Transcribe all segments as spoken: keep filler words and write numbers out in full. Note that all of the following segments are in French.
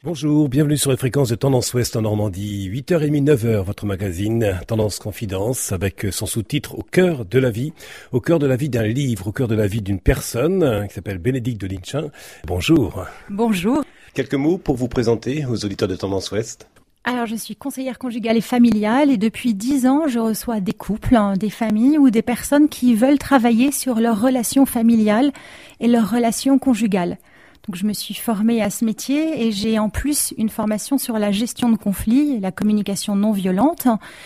Bonjour, bienvenue sur les fréquences de Tendance Ouest en Normandie. huit heures trente, neuf heures, votre magazine Tendance Confidence avec son sous-titre Au cœur de la vie. Au cœur de la vie d'un livre, au cœur de la vie d'une personne qui s'appelle Bénédicte de Linchin. Bonjour. Bonjour. Quelques mots pour vous présenter aux auditeurs de Tendance Ouest. Alors, je suis conseillère conjugale et familiale et depuis dix ans, je reçois des couples, hein, des familles ou des personnes qui veulent travailler sur leur relation familiale et leur relation conjugale. Donc, je me suis formée à ce métier et j'ai en plus une formation sur la gestion de conflits et la communication non violente.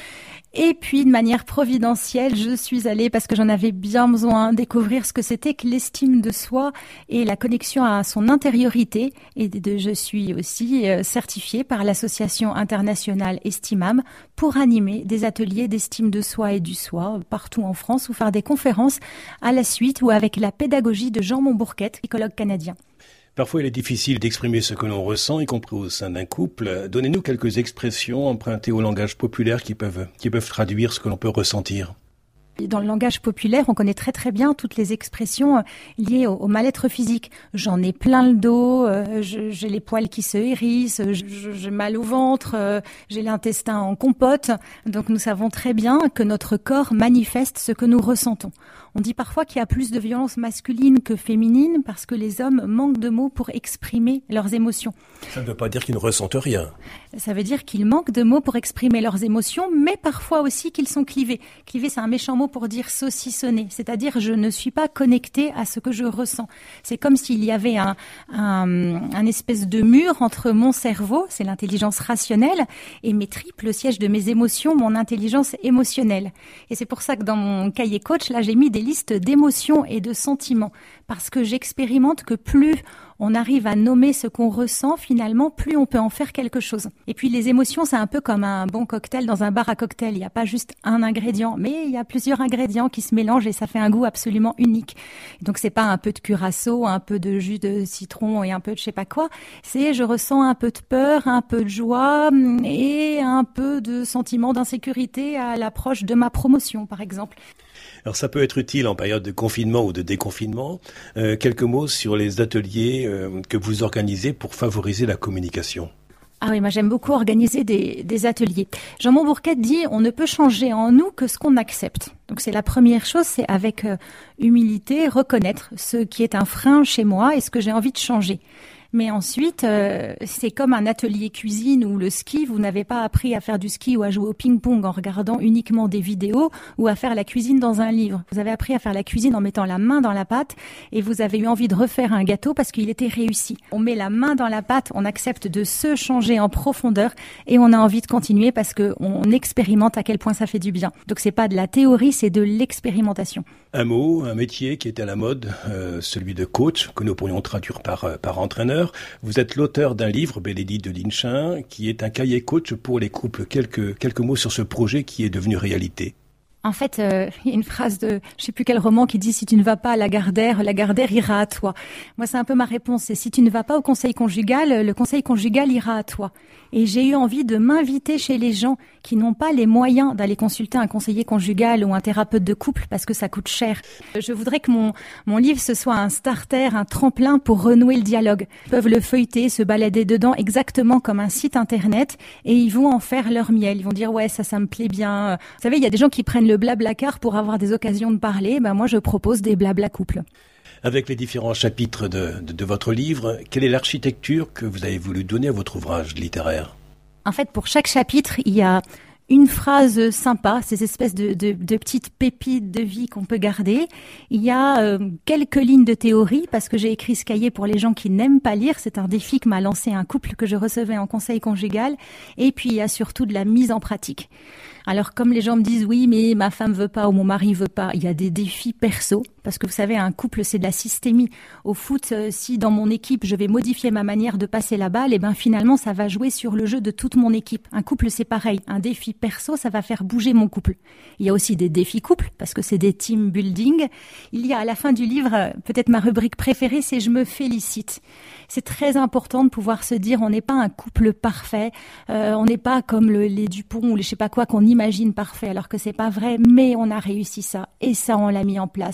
Et puis, de manière providentielle, je suis allée, parce que j'en avais bien besoin, découvrir ce que c'était que l'estime de soi et la connexion à son intériorité. Et de, je suis aussi certifiée par l'association internationale Estimam pour animer des ateliers d'estime de soi et du soi partout en France ou faire des conférences à la suite ou avec la pédagogie de Jean Montbourquette, psychologue canadien. Parfois, il est difficile d'exprimer ce que l'on ressent, y compris au sein d'un couple. Donnez-nous quelques expressions empruntées au langage populaire qui peuvent, qui peuvent traduire ce que l'on peut ressentir. Dans le langage populaire, on connaît très très bien toutes les expressions liées au, au mal-être physique. J'en ai plein le dos, euh, je, j'ai les poils qui se hérissent, je, j'ai mal au ventre, euh, j'ai l'intestin en compote. Donc nous savons très bien que notre corps manifeste ce que nous ressentons. On dit parfois qu'il y a plus de violence masculine que féminine parce que les hommes manquent de mots pour exprimer leurs émotions. Ça ne veut pas dire qu'ils ne ressentent rien. Ça veut dire qu'ils manquent de mots pour exprimer leurs émotions, mais parfois aussi qu'ils sont clivés. Clivé, c'est un méchant mot pour dire saucissonner, c'est-à-dire je ne suis pas connectée à ce que je ressens. C'est comme s'il y avait un, un, un espèce de mur entre mon cerveau, c'est l'intelligence rationnelle, et mes tripes, le siège de mes émotions, mon intelligence émotionnelle. Et c'est pour ça que dans mon cahier coach, là, j'ai mis des listes d'émotions et de sentiments, parce que j'expérimente que plus on arrive à nommer ce qu'on ressent, finalement, plus on peut en faire quelque chose. Et puis les émotions, c'est un peu comme un bon cocktail dans un bar à cocktail. Il n'y a pas juste un ingrédient, mais il y a plusieurs ingrédients qui se mélangent et ça fait un goût absolument unique. Donc c'est pas un peu de curaçao, un peu de jus de citron et un peu de je sais pas quoi. C'est je ressens un peu de peur, un peu de joie et un peu de sentiment d'insécurité à l'approche de ma promotion, par exemple. Alors ça peut être utile en période de confinement ou de déconfinement. Euh, quelques mots sur les ateliers euh, que vous organisez pour favoriser la communication. Ah oui, moi j'aime beaucoup organiser des, des ateliers. Jean Montbourquette dit on ne peut changer en nous que ce qu'on accepte. Donc c'est la première chose, c'est avec euh, humilité reconnaître ce qui est un frein chez moi et ce que j'ai envie de changer. Mais ensuite, euh, c'est comme un atelier cuisine ou le ski. Vous n'avez pas appris à faire du ski ou à jouer au ping-pong en regardant uniquement des vidéos ou à faire la cuisine dans un livre. Vous avez appris à faire la cuisine en mettant la main dans la pâte et vous avez eu envie de refaire un gâteau parce qu'il était réussi. On met la main dans la pâte, on accepte de se changer en profondeur et on a envie de continuer parce qu'on expérimente à quel point ça fait du bien. Donc c'est pas de la théorie, c'est de l'expérimentation. Un mot, un métier qui est à la mode, euh, celui de coach, que nous pourrions traduire par, par entraîneur. Vous êtes l'auteur d'un livre, Bénédicte de Linchin, qui est un cahier coach pour les couples. Quelques, quelques mots sur ce projet qui est devenu réalité. En fait, euh, il y a une phrase de, je sais plus quel roman qui dit « Si tu ne vas pas à la Gardère, la Gardère ira à toi ». Moi, c'est un peu ma réponse. C'est « Si tu ne vas pas au conseil conjugal, le conseil conjugal ira à toi ». Et j'ai eu envie de m'inviter chez les gens qui n'ont pas les moyens d'aller consulter un conseiller conjugal ou un thérapeute de couple parce que ça coûte cher. Je voudrais que mon, mon livre, ce soit un starter, un tremplin pour renouer le dialogue. Ils peuvent le feuilleter, se balader dedans exactement comme un site internet et ils vont en faire leur miel. Ils vont dire « Ouais, ça, ça me plaît bien ». Vous savez, il y a des gens qui prennent le blablacar pour avoir des occasions de parler. Ben moi, je propose des blabla couples. Avec les différents chapitres de, de, de votre livre, quelle est l'architecture que vous avez voulu donner à votre ouvrage littéraire ? En fait, pour chaque chapitre, il y a une phrase sympa, ces espèces de, de, de petites pépites de vie qu'on peut garder. Il y a euh, quelques lignes de théorie, parce que j'ai écrit ce cahier pour les gens qui n'aiment pas lire. C'est un défi que m'a lancé un couple que je recevais en conseil conjugal. Et puis, il y a surtout de la mise en pratique. Alors, comme les gens me disent, oui, mais ma femme veut pas ou mon mari veut pas, il y a des défis perso. Parce que vous savez, un couple, c'est de la systémie. Au foot, euh, si dans mon équipe, je vais modifier ma manière de passer la balle, et ben finalement, ça va jouer sur le jeu de toute mon équipe. Un couple, c'est pareil. Un défi perso, ça va faire bouger mon couple. Il y a aussi des défis couples, parce que c'est des team building. Il y a à la fin du livre, peut-être ma rubrique préférée, c'est « Je me félicite ». C'est très important de pouvoir se dire, on n'est pas un couple parfait, euh, on n'est pas comme le, les Dupont ou les je sais pas quoi qu'on imagine parfait, alors que c'est pas vrai, mais on a réussi ça, et ça, on l'a mis en place.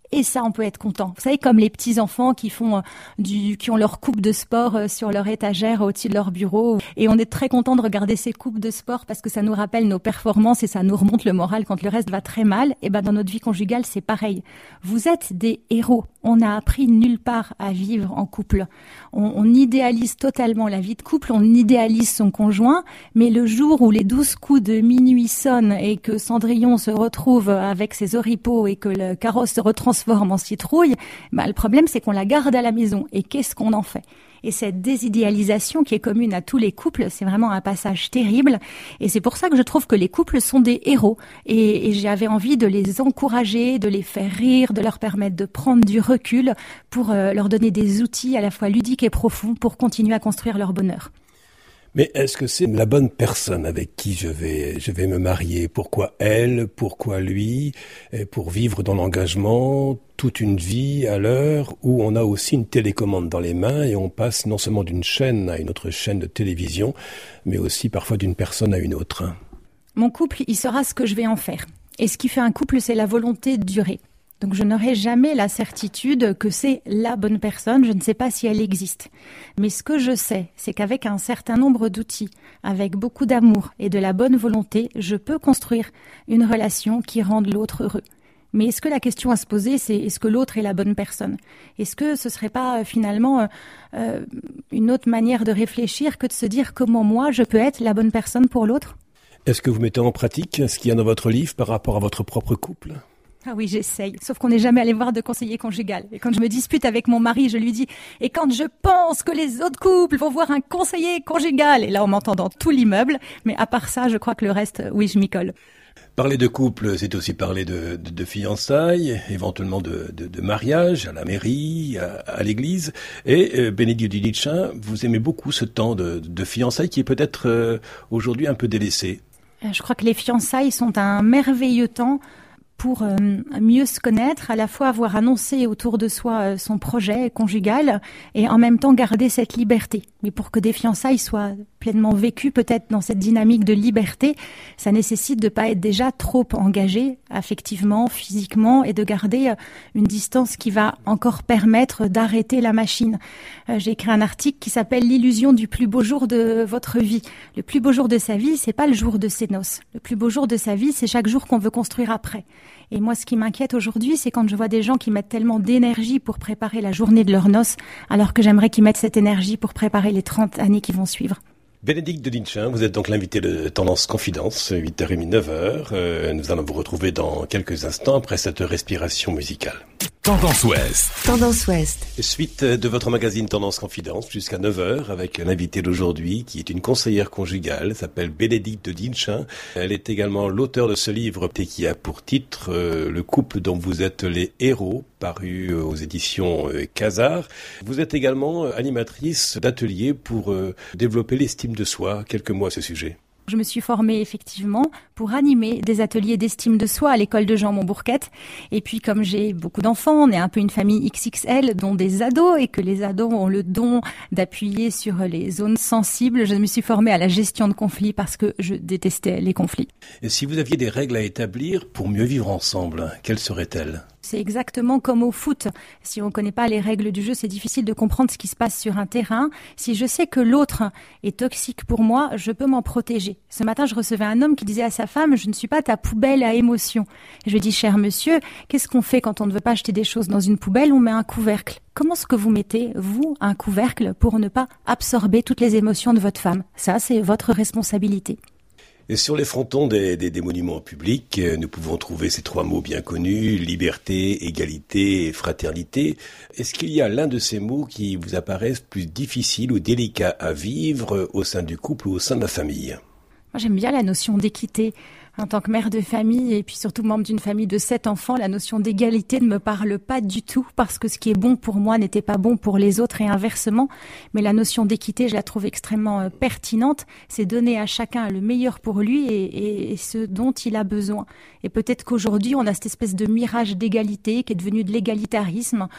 Et ça, on peut être content. Vous savez, comme les petits enfants qui font euh, du, qui ont leur coupe de sport euh, sur leur étagère au-dessus de leur bureau. Et on est très content de regarder ces coupes de sport parce que ça nous rappelle nos performances et ça nous remonte le moral quand le reste va très mal. Et ben, dans notre vie conjugale, c'est pareil. Vous êtes des héros. On n'a appris nulle part à vivre en couple. On, on idéalise totalement la vie de couple. On idéalise son conjoint. Mais le jour où les douze coups de minuit sonnent et que Cendrillon se retrouve avec ses oripeaux et que le carrosse se retransforme en citrouille, bah, le problème c'est qu'on la garde à la maison. Et qu'est-ce qu'on en fait ? Et cette désidéalisation qui est commune à tous les couples, c'est vraiment un passage terrible. Et c'est pour ça que je trouve que les couples sont des héros. Et, et j'avais envie de les encourager, de les faire rire, de leur permettre de prendre du recul pour euh, leur donner des outils à la fois ludiques et profonds pour continuer à construire leur bonheur. Mais est-ce que c'est la bonne personne avec qui je vais je vais me marier ? Pourquoi elle ? Pourquoi lui ? Et pour vivre dans l'engagement toute une vie à l'heure où on a aussi une télécommande dans les mains et on passe non seulement d'une chaîne à une autre chaîne de télévision, mais aussi parfois d'une personne à une autre. Mon couple, il sera ce que je vais en faire. Et ce qui fait un couple, c'est la volonté de durer. Donc je n'aurai jamais la certitude que c'est la bonne personne, je ne sais pas si elle existe. Mais ce que je sais, c'est qu'avec un certain nombre d'outils, avec beaucoup d'amour et de la bonne volonté, je peux construire une relation qui rende l'autre heureux. Mais est-ce que la question à se poser, c'est est-ce que l'autre est la bonne personne ? Est-ce que ce serait pas euh, finalement euh, une autre manière de réfléchir que de se dire comment moi je peux être la bonne personne pour l'autre ? Est-ce que vous mettez en pratique ce qu'il y a dans votre livre par rapport à votre propre couple ? Ah oui, j'essaye. Sauf qu'on n'est jamais allé voir de conseiller conjugal. Et quand je me dispute avec mon mari, je lui dis « Et quand je pense que les autres couples vont voir un conseiller conjugal ?» Et là, on m'entend dans tout l'immeuble. Mais à part ça, je crois que le reste, oui, je m'y colle. Parler de couple, c'est aussi parler de, de, de fiançailles, éventuellement de, de, de mariage à la mairie, à, à l'église. Et euh, Bénédicte Duditchin, vous aimez beaucoup ce temps de, de fiançailles qui est peut-être euh, aujourd'hui un peu délaissé. Je crois que les fiançailles sont un merveilleux temps pour euh, mieux se connaître, à la fois avoir annoncé autour de soi euh, son projet conjugal et en même temps garder cette liberté. Mais pour que des fiançailles soient pleinement vécues, peut-être dans cette dynamique de liberté, ça nécessite de pas être déjà trop engagé affectivement, physiquement et de garder euh, une distance qui va encore permettre d'arrêter la machine. Euh, j'ai écrit un article qui s'appelle « L'illusion du plus beau jour de votre vie ». Le plus beau jour de sa vie, c'est pas le jour de ses noces. Le plus beau jour de sa vie, c'est chaque jour qu'on veut construire après. Et moi, ce qui m'inquiète aujourd'hui, c'est quand je vois des gens qui mettent tellement d'énergie pour préparer la journée de leurs noces, alors que j'aimerais qu'ils mettent cette énergie pour préparer les trente années qui vont suivre. Bénédicte Duditchin, vous êtes donc l'invité de Tendance Confidence, huit heures trente, neuf heures. Euh, nous allons vous retrouver dans quelques instants après cette respiration musicale. Tendance Ouest. Tendance Ouest. Suite de votre magazine Tendance Confidence jusqu'à neuf heures avec l'invité d'aujourd'hui qui est une conseillère conjugale, s'appelle Bénédicte Duditchin. Elle est également l'auteur de ce livre qui a pour titre euh, Le couple dont vous êtes les héros, paru aux éditions euh, Casar. Vous êtes également animatrice d'ateliers pour euh, développer l'estime de soi. Quelques mots à ce sujet. Je me suis formée effectivement pour animer des ateliers d'estime de soi à l'école de Jean Montbourquette. Et puis comme j'ai beaucoup d'enfants, on est un peu une famille X X L, dont des ados, et que les ados ont le don d'appuyer sur les zones sensibles, je me suis formée à la gestion de conflits parce que je détestais les conflits. Et si vous aviez des règles à établir pour mieux vivre ensemble, quelles seraient-elles ? C'est exactement comme au foot. Si on ne connaît pas les règles du jeu, c'est difficile de comprendre ce qui se passe sur un terrain. Si je sais que l'autre est toxique pour moi, je peux m'en protéger. Ce matin, je recevais un homme qui disait à sa femme « Je ne suis pas ta poubelle à émotions ». Je lui ai dit « Cher monsieur, qu'est-ce qu'on fait quand on ne veut pas jeter des choses dans une poubelle ? On met un couvercle. Comment est-ce que vous mettez, vous, un couvercle pour ne pas absorber toutes les émotions de votre femme ? Ça, c'est votre responsabilité. » Et sur les frontons des, des, des monuments publics, nous pouvons trouver ces trois mots bien connus, liberté, égalité et fraternité. Est-ce qu'il y a l'un de ces mots qui vous apparaissent plus difficiles ou délicats à vivre au sein du couple ou au sein de la famille ? Moi, j'aime bien la notion d'équité. En tant que mère de famille et puis surtout membre d'une famille de sept enfants, la notion d'égalité ne me parle pas du tout parce que ce qui est bon pour moi n'était pas bon pour les autres et inversement. Mais la notion d'équité, je la trouve extrêmement pertinente. C'est donner à chacun le meilleur pour lui et, et, et ce dont il a besoin. Et peut-être qu'aujourd'hui, on a cette espèce de mirage d'égalité qui est devenu de l'égalitarisme.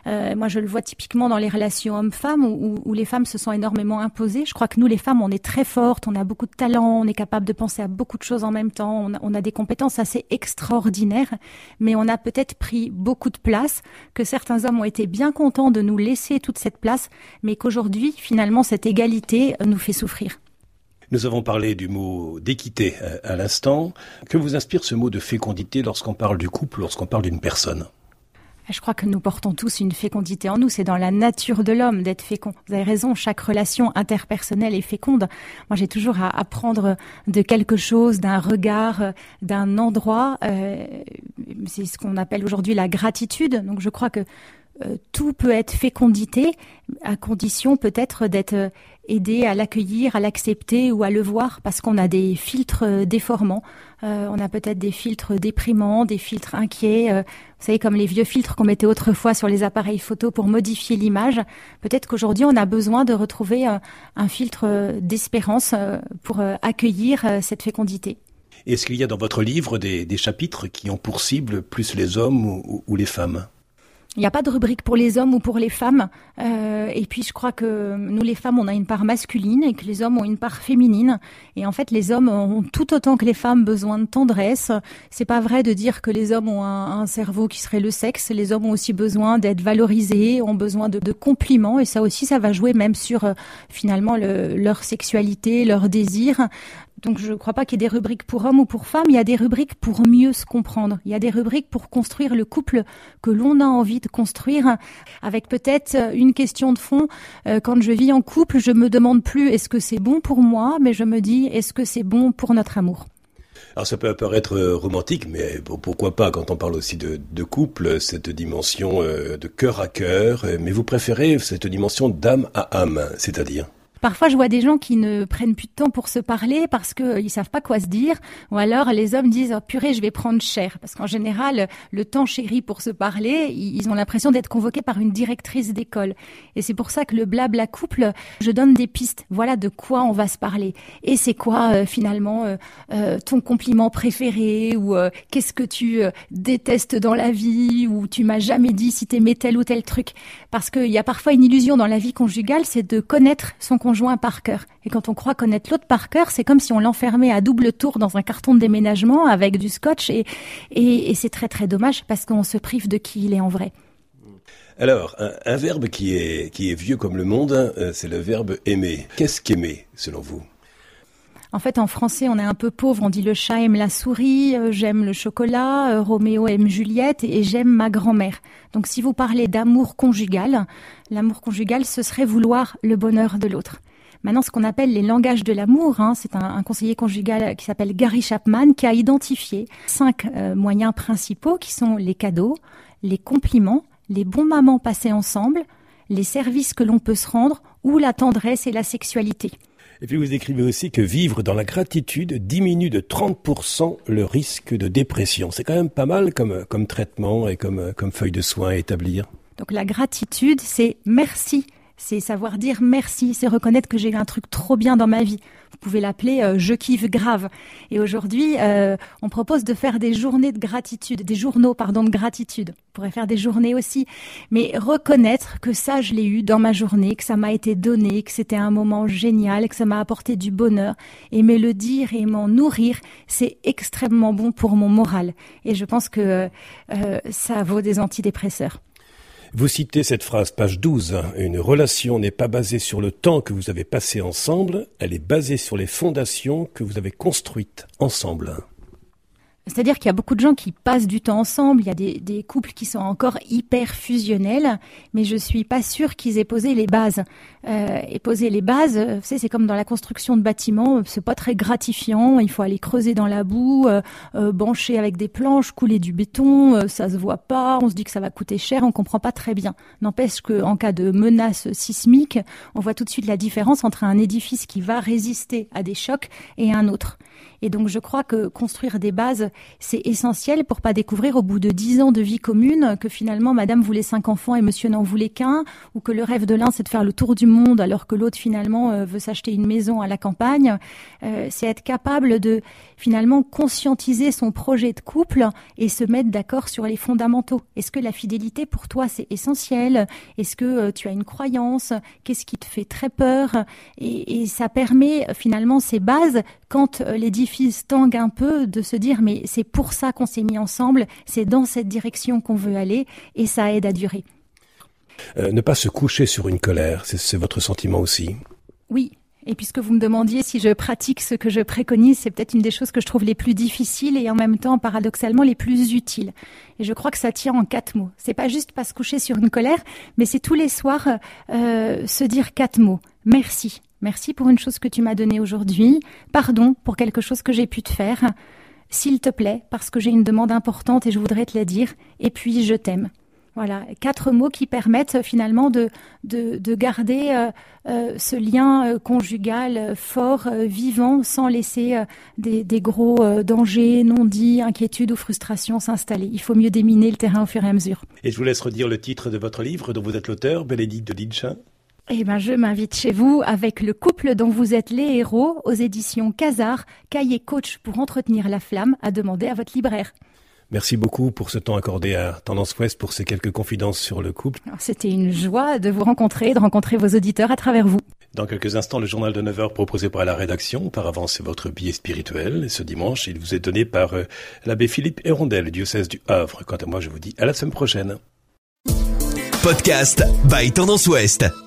Euh, moi, je le vois typiquement dans les relations hommes-femmes où, où les femmes se sont énormément imposées. Je crois que nous, les femmes, on est très fortes, on a beaucoup de talent, on est capable de penser à beaucoup de choses en même temps, on a, on a des compétences assez extraordinaires, mais on a peut-être pris beaucoup de place, que certains hommes ont été bien contents de nous laisser toute cette place, mais qu'aujourd'hui, finalement, cette égalité nous fait souffrir. Nous avons parlé du mot d'équité à l'instant. Que vous inspire ce mot de fécondité lorsqu'on parle du couple, lorsqu'on parle d'une personne ? Je crois que nous portons tous une fécondité en nous. C'est dans la nature de l'homme d'être fécond. Vous avez raison, chaque relation interpersonnelle est féconde. Moi, j'ai toujours à apprendre de quelque chose, d'un regard, d'un endroit. Euh, c'est ce qu'on appelle aujourd'hui la gratitude. Donc, je crois que euh, tout peut être fécondité, à condition peut-être d'être aidé à l'accueillir, à l'accepter ou à le voir, parce qu'on a des filtres déformants. Euh, on a peut-être des filtres déprimants, des filtres inquiets. Euh, vous savez, comme les vieux filtres qu'on mettait autrefois sur les appareils photo pour modifier l'image. Peut-être qu'aujourd'hui, on a besoin de retrouver euh, un filtre d'espérance euh, pour euh, accueillir euh, cette fécondité. Est-ce qu'il y a dans votre livre des, des chapitres qui ont pour cible plus les hommes ou, ou les femmes ? Il n'y a pas de rubrique pour les hommes ou pour les femmes. Euh, et puis, je crois que nous, les femmes, on a une part masculine et que les hommes ont une part féminine. Et en fait, les hommes ont tout autant que les femmes besoin de tendresse. C'est pas vrai de dire que les hommes ont un, un cerveau qui serait le sexe. Les hommes ont aussi besoin d'être valorisés, ont besoin de, de compliments. Et ça aussi, ça va jouer même sur, euh, finalement, le, leur sexualité, leur désir. Donc je ne crois pas qu'il y ait des rubriques pour hommes ou pour femmes, il y a des rubriques pour mieux se comprendre. Il y a des rubriques pour construire le couple que l'on a envie de construire, avec peut-être une question de fond. Euh, quand je vis en couple, je me demande plus est-ce que c'est bon pour moi, mais je me dis est-ce que c'est bon pour notre amour. Alors ça peut paraître romantique, mais bon, pourquoi pas quand on parle aussi de, de couple, cette dimension de cœur à cœur, mais vous préférez cette dimension d'âme à âme, c'est-à-dire ? Parfois, je vois des gens qui ne prennent plus de temps pour se parler parce que ils savent pas quoi se dire. Ou alors, les hommes disent oh, « purée, je vais prendre cher ». Parce qu'en général, le temps chéri pour se parler, ils ont l'impression d'être convoqués par une directrice d'école. Et c'est pour ça que le blabla couple, je donne des pistes. Voilà de quoi on va se parler. Et c'est quoi, euh, finalement, euh, euh, ton compliment préféré ou euh, qu'est-ce que tu euh, détestes dans la vie ou tu m'as jamais dit si t'aimais tel ou tel truc. Parce qu'il y a parfois une illusion dans la vie conjugale, c'est de connaître son conjoint par cœur. Et quand on croit connaître l'autre par cœur, c'est comme si on l'enfermait à double tour dans un carton de déménagement avec du scotch et, et, et c'est très très dommage parce qu'on se prive de qui il est en vrai. Alors, un, un verbe qui est, qui est vieux comme le monde, euh, c'est le verbe aimer. Qu'est-ce qu'aimer, selon vous ? En fait, en français, on est un peu pauvre. On dit le chat aime la souris, euh, j'aime le chocolat, euh, Roméo aime Juliette et, et j'aime ma grand-mère. Donc, si vous parlez d'amour conjugal, l'amour conjugal, ce serait vouloir le bonheur de l'autre. Maintenant, ce qu'on appelle les langages de l'amour, hein, c'est un, un conseiller conjugal qui s'appelle Gary Chapman qui a identifié cinq euh, moyens principaux qui sont les cadeaux, les compliments, les bons moments passés ensemble, les services que l'on peut se rendre ou la tendresse et la sexualité. Et puis vous écrivez aussi que vivre dans la gratitude diminue de trente pour cent le risque de dépression. C'est quand même pas mal comme, comme traitement et comme, comme feuille de soins à établir. Donc la gratitude, c'est merci. C'est savoir dire merci, c'est reconnaître que j'ai eu un truc trop bien dans ma vie. Vous pouvez l'appeler euh, « je kiffe grave ». Et aujourd'hui, euh, on propose de faire des journées de gratitude, des journaux, pardon, de gratitude. On pourrait faire des journées aussi. Mais reconnaître que ça, je l'ai eu dans ma journée, que ça m'a été donné, que c'était un moment génial, que ça m'a apporté du bonheur. Et me le dire et m'en nourrir, c'est extrêmement bon pour mon moral. Et je pense que euh, ça vaut des antidépresseurs. Vous citez cette phrase, page douze, « Une relation n'est pas basée sur le temps que vous avez passé ensemble, elle est basée sur les fondations que vous avez construites ensemble. » C'est-à-dire qu'il y a beaucoup de gens qui passent du temps ensemble, il y a des, des couples qui sont encore hyper fusionnels, mais je suis pas sûre qu'ils aient posé les bases. Euh, et poser les bases, vous savez, c'est comme dans la construction de bâtiments, c'est pas très gratifiant, il faut aller creuser dans la boue, euh, euh, bancher avec des planches, couler du béton, euh, ça se voit pas, on se dit que ça va coûter cher, on comprend pas très bien. N'empêche qu'en cas de menace sismique, on voit tout de suite la différence entre un édifice qui va résister à des chocs et un autre. Et donc je crois que construire des bases, c'est essentiel pour pas découvrir au bout de dix ans de vie commune que finalement madame voulait cinq enfants et monsieur n'en voulait qu'un, ou que le rêve de l'un c'est de faire le tour du monde alors que l'autre finalement euh, veut s'acheter une maison à la campagne. Euh, c'est être capable de finalement conscientiser son projet de couple et se mettre d'accord sur les fondamentaux. Est-ce que la fidélité pour toi c'est essentiel? Est-ce que euh, tu as une croyance? Qu'est-ce qui te fait très peur? Et, et ça permet finalement ces bases, quand euh, l'édifice tangue un peu, de se dire mais c'est pour ça qu'on s'est mis ensemble, c'est dans cette direction qu'on veut aller, et ça aide à durer. Euh, ne pas se coucher sur une colère, c'est, c'est votre sentiment aussi? Oui. Et puisque vous me demandiez si je pratique ce que je préconise, c'est peut-être une des choses que je trouve les plus difficiles et en même temps, paradoxalement, les plus utiles. Et je crois que ça tient en quatre mots. C'est pas juste pas se coucher sur une colère, mais c'est tous les soirs euh, se dire quatre mots. Merci. Merci pour une chose que tu m'as donnée aujourd'hui. Pardon pour quelque chose que j'ai pu te faire. S'il te plaît, parce que j'ai une demande importante et je voudrais te la dire. Et puis, je t'aime. Voilà, quatre mots qui permettent finalement de de, de garder euh, euh, ce lien euh, conjugal fort, euh, vivant, sans laisser euh, des, des gros euh, dangers, non-dits, inquiétudes ou frustrations s'installer. Il faut mieux déminer le terrain au fur et à mesure. Et je vous laisse redire le titre de votre livre dont vous êtes l'auteur, Bénédicte de Linchin. Eh ben, je m'invite chez vous avec Le couple dont vous êtes les héros, aux éditions Casar, cahier coach pour entretenir la flamme, à demander à votre libraire. Merci beaucoup pour ce temps accordé à Tendance Ouest pour ces quelques confidences sur le couple. Alors, c'était une joie de vous rencontrer, de rencontrer vos auditeurs à travers vous. Dans quelques instants, le journal de neuf heures proposé par la rédaction. Auparavant, c'est votre billet spirituel. Et ce dimanche, il vous est donné par euh, l'abbé Philippe Hérondel, diocèse du Havre. Quant à moi, je vous dis à la semaine prochaine. Podcast by Tendance Ouest.